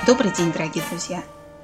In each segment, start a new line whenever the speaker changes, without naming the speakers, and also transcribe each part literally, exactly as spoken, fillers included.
Добрый день, дорогие друзья!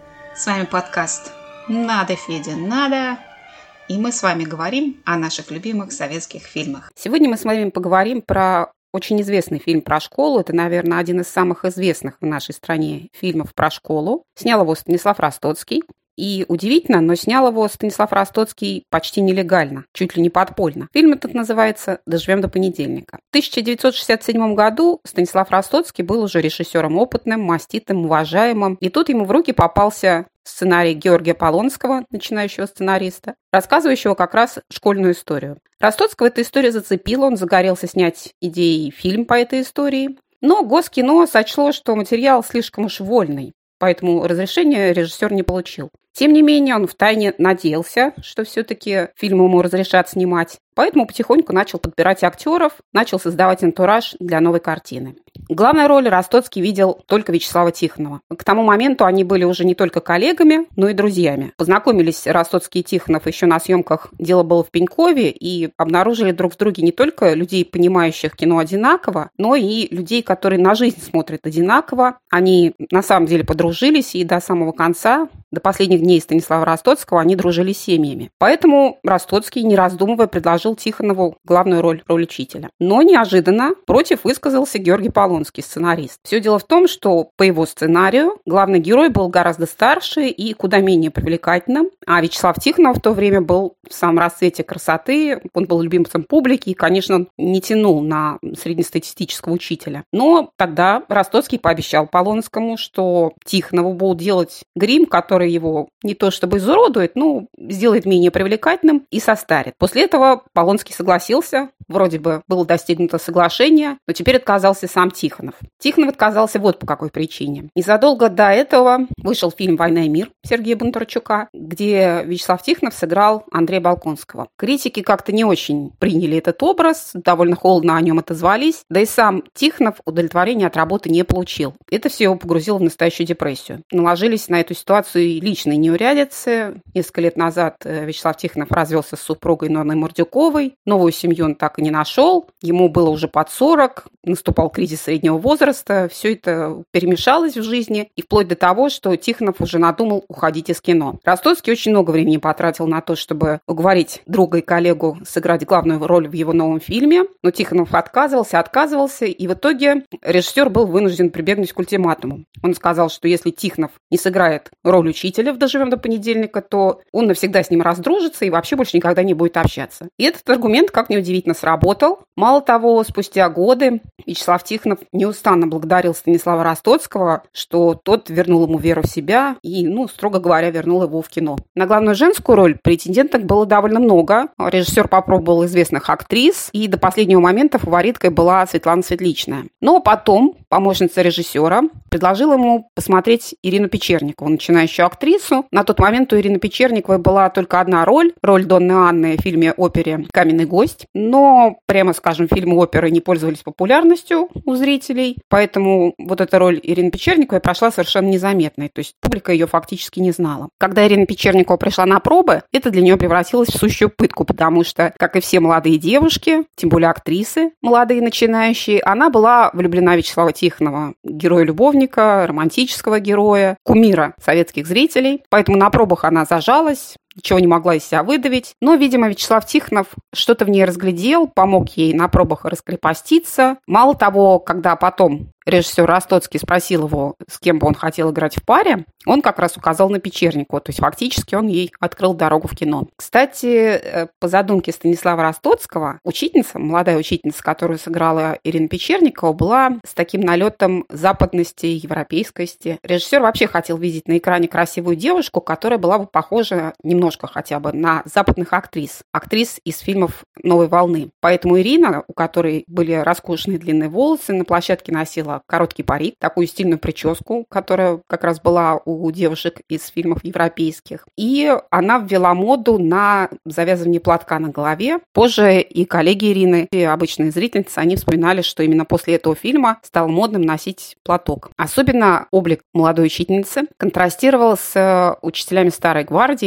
С вами подкаст «Надо, Федя, надо!» И мы с вами говорим о наших любимых советских фильмах.
Сегодня мы с вами поговорим про очень известный фильм про школу. Это, наверное, один из самых известных в нашей стране фильмов про школу. Снял его Станислав Ростоцкий. И удивительно, но снял его Станислав Ростоцкий почти нелегально, чуть ли не подпольно. Фильм этот называется «Доживем до понедельника». В тысяча девятьсот шестьдесят седьмом году Станислав Ростоцкий был уже режиссером опытным, маститым, уважаемым. И тут ему в руки попался сценарий Георгия Полонского, начинающего сценариста, рассказывающего как раз школьную историю. Ростоцкого эта история зацепила, он загорелся снять идеей фильм по этой истории. Но Госкино сочло, что материал слишком уж вольный, поэтому разрешения режиссер не получил. Тем не менее, он втайне надеялся, что все-таки фильм ему разрешат снимать, поэтому потихоньку начал подбирать актеров, начал создавать антураж для новой картины. Главную роль Ростоцкий видел только Вячеслава Тихонова. К тому моменту они были уже не только коллегами, но и друзьями. Познакомились Ростоцкий и Тихонов еще на съемках «Дело было в Пенькове» и обнаружили друг в друге не только людей, понимающих кино одинаково, но и людей, которые на жизнь смотрят одинаково. Они на самом деле подружились, и до самого конца, до последних дней Станислава Ростоцкого, они дружили с семьями. Поэтому Ростоцкий, не раздумывая, предложил Тихонову главную роль, роль учителя. Но неожиданно против высказался Георгий Полонский, сценарист. Все дело в том, что по его сценарию главный герой был гораздо старше и куда менее привлекательным, а Вячеслав Тихонов в то время был в самом расцвете красоты, он был любимцем публики и, конечно, он не тянул на среднестатистического учителя. Но тогда Ростоцкий пообещал Полонскому, что Тихонову будут делать грим, который его не то чтобы изуродует, но сделает менее привлекательным и состарит. После этого Полонский согласился, вроде бы было достигнуто соглашение, но теперь отказался сам Тихонов. Тихонов отказался вот по какой причине. Незадолго до этого вышел фильм «Война и мир» Сергея Бондарчука, где Вячеслав Тихонов сыграл Андрея Болконского. Критики как-то не очень приняли этот образ, довольно холодно о нем отозвались, да и сам Тихонов удовлетворения от работы не получил. Это все его погрузило в настоящую депрессию. Наложились на эту ситуацию и личные неурядицы. Несколько лет назад Вячеслав Тихонов развелся с супругой Нонной Мордюковой. Новую семью он так и не нашел. Ему было уже под сорок, наступал кризис среднего возраста. Все это перемешалось в жизни. И вплоть до того, что Тихонов уже надумал уходить из кино. Ростоцкий очень много времени потратил на то, чтобы уговорить друга и коллегу сыграть главную роль в его новом фильме. Но Тихонов отказывался, отказывался. И в итоге режиссер был вынужден прибегнуть к ультиматуму. Он сказал, что если Тихонов не сыграет роль учителя в «Доживем до понедельника», то он навсегда с ним раздружится и вообще больше никогда не будет общаться. И этот аргумент, как ни удивительно, сработал. Мало того, спустя годы Вячеслав Тихонов неустанно благодарил Станислава Ростоцкого, что тот вернул ему веру в себя и, ну, строго говоря, вернул его в кино. На главную женскую роль претенденток было довольно много. Режиссер попробовал известных актрис, и до последнего момента фавориткой была Светлана Светличная. Но потом помощница режиссера предложила ему посмотреть Ирину Печерникову, начинающую актрису. На тот момент у Ирины Печерниковой была только одна роль, роль Донны Анны в фильме-опере «Каменный гость». Но, прямо скажем, фильмы оперы не пользовались популярностью у зрителей, поэтому вот эта роль Ирины Печерниковой прошла совершенно незаметной, то есть публика ее фактически не знала. Когда Ирина Печерникова пришла на пробы, это для нее превратилось в сущую пытку, потому что, как и все молодые девушки, тем более актрисы, молодые начинающие, она была влюблена в Вячеслава Тихонова, героя-любовника, романтического героя, кумира советских зрителей, поэтому на пробах она зажалась, ничего не могла из себя выдавить. Но, видимо, Вячеслав Тихонов что-то в ней разглядел, помог ей на пробах раскрепоститься. Мало того, когда потом режиссер Ростоцкий спросил его, с кем бы он хотел играть в паре, он как раз указал на Печерникову, то есть фактически он ей открыл дорогу в кино. Кстати, по задумке Станислава Ростоцкого, учительница, молодая учительница, которую сыграла Ирина Печерникова, была с таким налетом западности, европейскости. Режиссер вообще хотел видеть на экране красивую девушку, которая была бы похожа немножко хотя бы на западных актрис, актрис из фильмов «Новой волны». Поэтому Ирина, у которой были роскошные длинные волосы, на площадке носила короткий парик, такую стильную прическу, которая как раз была у девушек из фильмов европейских. И она ввела моду на завязывание платка на голове. Позже и коллеги Ирины, и обычные зрительницы, они вспоминали, что именно после этого фильма стало модным носить платок. Особенно облик молодой учительницы контрастировал с учителями старой гвардии, в частности,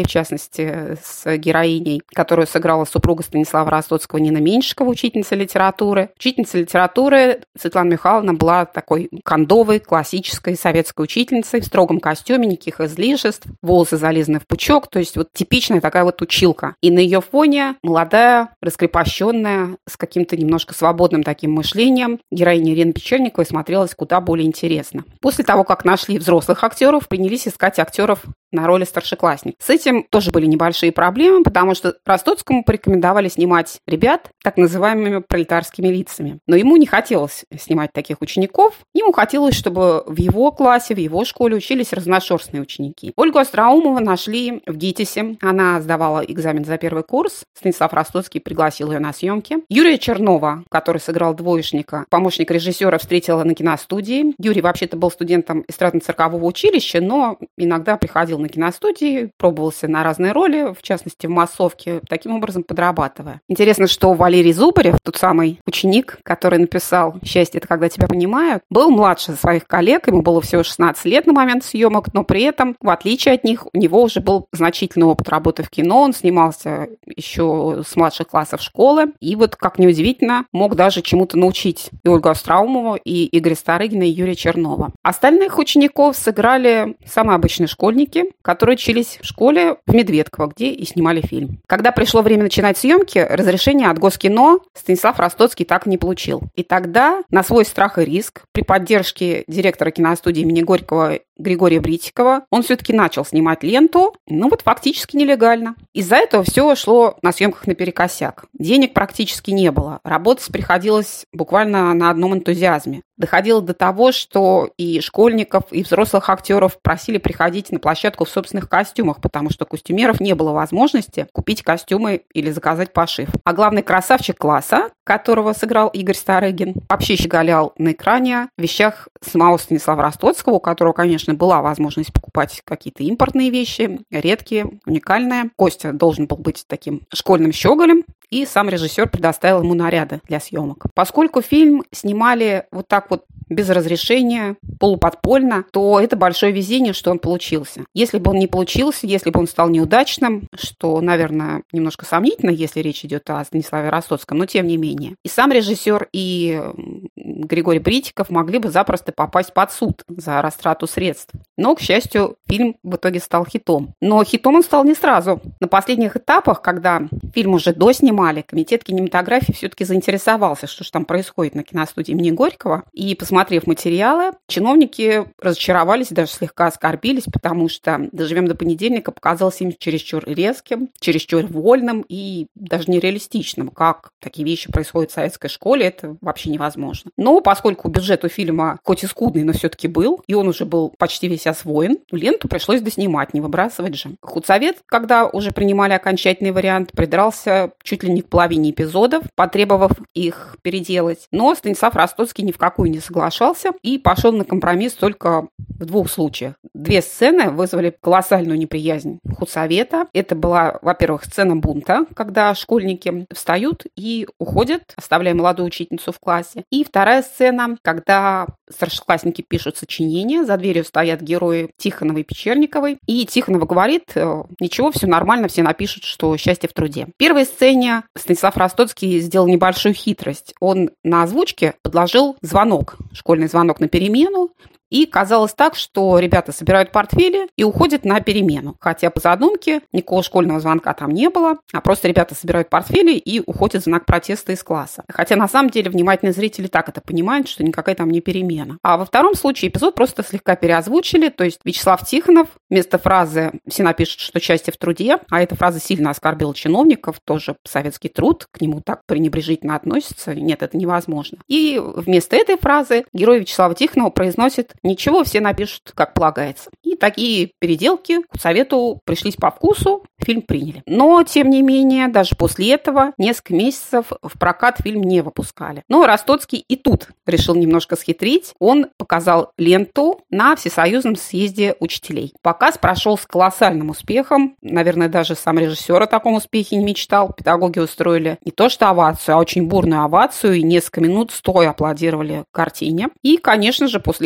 частности, с героиней, которую сыграла супруга Станислава Ростоцкого Нина Меньшикова, учительница литературы. Учительница литературы Светлана Михайловна была такой кондовой, классической советской учительницей в строгом костюме, никаких излишеств, волосы зализаны в пучок, то есть вот типичная такая вот училка. И на ее фоне молодая, раскрепощенная, с каким-то немножко свободным таким мышлением героиня Ирины Печерниковой смотрелась куда более интересно. После того, как нашли взрослых актеров, принялись искать актеров на роли старшеклассников. С этим тоже были небольшие проблемы, потому что Ростоцкому порекомендовали снимать ребят так называемыми пролетарскими лицами. Но ему не хотелось снимать таких учеников. Ему хотелось, чтобы в его классе, в его школе учились разношерстные ученики. Ольгу Остроумову нашли в ГИТИСе. Она сдавала экзамен за первый курс. Станислав Ростоцкий пригласил ее на съемки. Юрия Чернова, который сыграл двоечника, помощник режиссера, встретила на киностудии. Юрий вообще-то был студентом эстрадно-циркового училища, но иногда приходил на киностудии, пробовался на разные роли, в частности, в массовке, таким образом подрабатывая. Интересно, что Валерий Зубарев, тот самый ученик, который написал «Счастье – это когда тебя понимают», был младше своих коллег, ему было всего шестнадцать лет на момент съемок, но при этом, в отличие от них, у него уже был значительный опыт работы в кино, он снимался еще с младших классов школы, и вот, как неудивительно, мог даже чему-то научить и Ольгу Остроумову, и Игоря Старыгина, и Юрия Чернова. Остальных учеников сыграли самые обычные школьники, которые учились в школе в Медведково, где и снимали фильм. Когда пришло время начинать съемки, разрешение от Госкино Станислав Ростоцкий так и не получил. И тогда, на свой страх и риск, при поддержке директора киностудии имени Горького Григория Бритикова, он все-таки начал снимать ленту, ну вот фактически нелегально. Из-за этого все шло на съемках наперекосяк. Денег практически не было. Работать приходилось буквально на одном энтузиазме. Доходило до того, что и школьников, и взрослых актеров просили приходить на площадку в собственных костюмах, потому что костюмеров не было возможности купить костюмы или заказать пошив. А главный красавчик класса, которого сыграл Игорь Старыгин, вообще щеголял на экране в вещах самого Станислава Ростоцкого, у которого, конечно, была возможность покупать какие-то импортные вещи, редкие, уникальные. Костя должен был быть таким школьным щеголем, и сам режиссер предоставил ему наряды для съемок. Поскольку фильм снимали вот так вот без разрешения, полуподпольно, то это большое везение, что он получился. Если бы он не получился, если бы он стал неудачным, что, наверное, немножко сомнительно, если речь идет о Станиславе Ростоцком, но тем не менее. И сам режиссер, и Григорий Бритиков могли бы запросто попасть под суд за растрату средств. Но, к счастью, фильм в итоге стал хитом. Но хитом он стал не сразу. На последних этапах, когда фильм уже доснимали, комитет кинематографии все-таки заинтересовался, что же там происходит на киностудии имени Горького, и, посмотрев материалы, чиновники разочаровались, даже слегка оскорбились, потому что «Доживем до понедельника» показалось им чересчур резким, чересчур вольным и даже нереалистичным. Как такие вещи происходят в советской школе, это вообще невозможно. Но поскольку бюджет у фильма хоть и скудный, но все-таки был, и он уже был почти весь освоен, ленту пришлось доснимать, не выбрасывать же. Худсовет, когда уже принимали окончательный вариант, придрался чуть ли не к половине эпизодов, потребовав их переделать. Но Станислав Ростоцкий ни в какую не соглашался и пошел на компромисс только в двух случаях. Две сцены вызвали колоссальную неприязнь худсовета. Это была, во-первых, сцена бунта, когда школьники встают и уходят, оставляя молодую учительницу в классе. И вторая сцена, когда старшеклассники пишут сочинения, за дверью стоят герои Тихоновой и Печерниковой, и Тихонова говорит: ничего, все нормально, все напишут, что счастье в труде. В первой сцене Станислав Ростоцкий сделал небольшую хитрость. Он на озвучке подложил звонок, школьный звонок на перемену, и казалось так, что ребята собирают портфели и уходят на перемену. Хотя по задумке никакого школьного звонка там не было, а просто ребята собирают портфели и уходят в знак протеста из класса. Хотя на самом деле внимательные зрители так это понимают, что никакая там не перемена. А во втором случае эпизод просто слегка переозвучили, то есть Вячеслав Тихонов вместо фразы «все напишут, что счастье в труде», а эта фраза сильно оскорбила чиновников, тоже советский труд, к нему так пренебрежительно относятся, нет, это невозможно. И вместо этой фразы герой Вячеслава Тихонова произносит: ничего, все напишут, как полагается. И такие переделки худсовету пришлись по вкусу, фильм приняли. Но, тем не менее, даже после этого несколько месяцев в прокат фильм не выпускали. Но Ростоцкий и тут решил немножко схитрить. Он показал ленту на Всесоюзном съезде учителей. Показ прошел с колоссальным успехом. Наверное, даже сам режиссер о таком успехе не мечтал. Педагоги устроили не то что овацию, а очень бурную овацию, и несколько минут стоя аплодировали картине. И, конечно же, после этого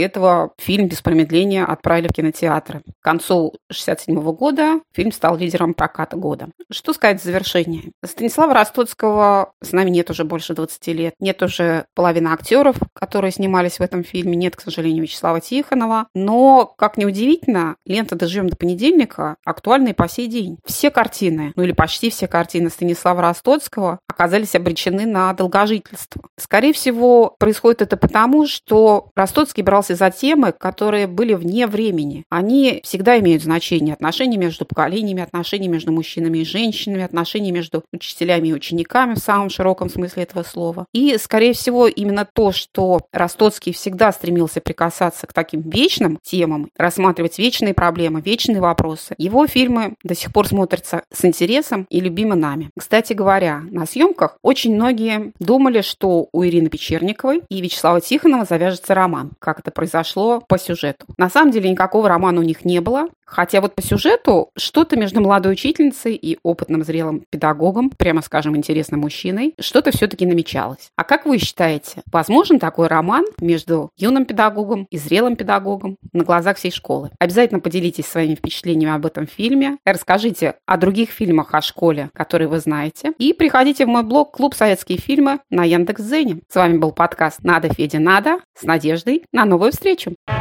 этого фильм без промедления отправили в кинотеатры. К концу шестьдесят седьмого года фильм стал лидером проката года. Что сказать в завершение? Станислава Ростоцкого с нами нет уже больше двадцати лет. Нет уже половины актеров, которые снимались в этом фильме. Нет, к сожалению, Вячеслава Тихонова. Но, как ни удивительно, лента «Доживем до понедельника» актуальна и по сей день. Все картины, ну или почти все картины Станислава Ростоцкого оказались обречены на долгожительство. Скорее всего, происходит это потому, что Ростоцкий брался за темы, которые были вне времени. Они всегда имеют значение. Отношения между поколениями, отношения между мужчинами и женщинами, отношения между учителями и учениками в самом широком смысле этого слова. И, скорее всего, именно то, что Ростоцкий всегда стремился прикасаться к таким вечным темам, рассматривать вечные проблемы, вечные вопросы, его фильмы до сих пор смотрятся с интересом и любимы нами. Кстати говоря, на съемках очень многие думали, что у Ирины Печерниковой и Вячеслава Тихонова завяжется роман, как это произошло по сюжету. На самом деле никакого романа у них не было, хотя вот по сюжету что-то между молодой учительницей и опытным зрелым педагогом, прямо скажем, интересным мужчиной, что-то все-таки намечалось. А как вы считаете, возможен такой роман между юным педагогом и зрелым педагогом на глазах всей школы? Обязательно поделитесь своими впечатлениями об этом фильме, расскажите о других фильмах о школе, которые вы знаете, и приходите в мой блог «Клуб Советские фильмы» на Яндекс.Дзене. С вами был подкаст «Надо, Федя, надо» с надеждой на новую встречу.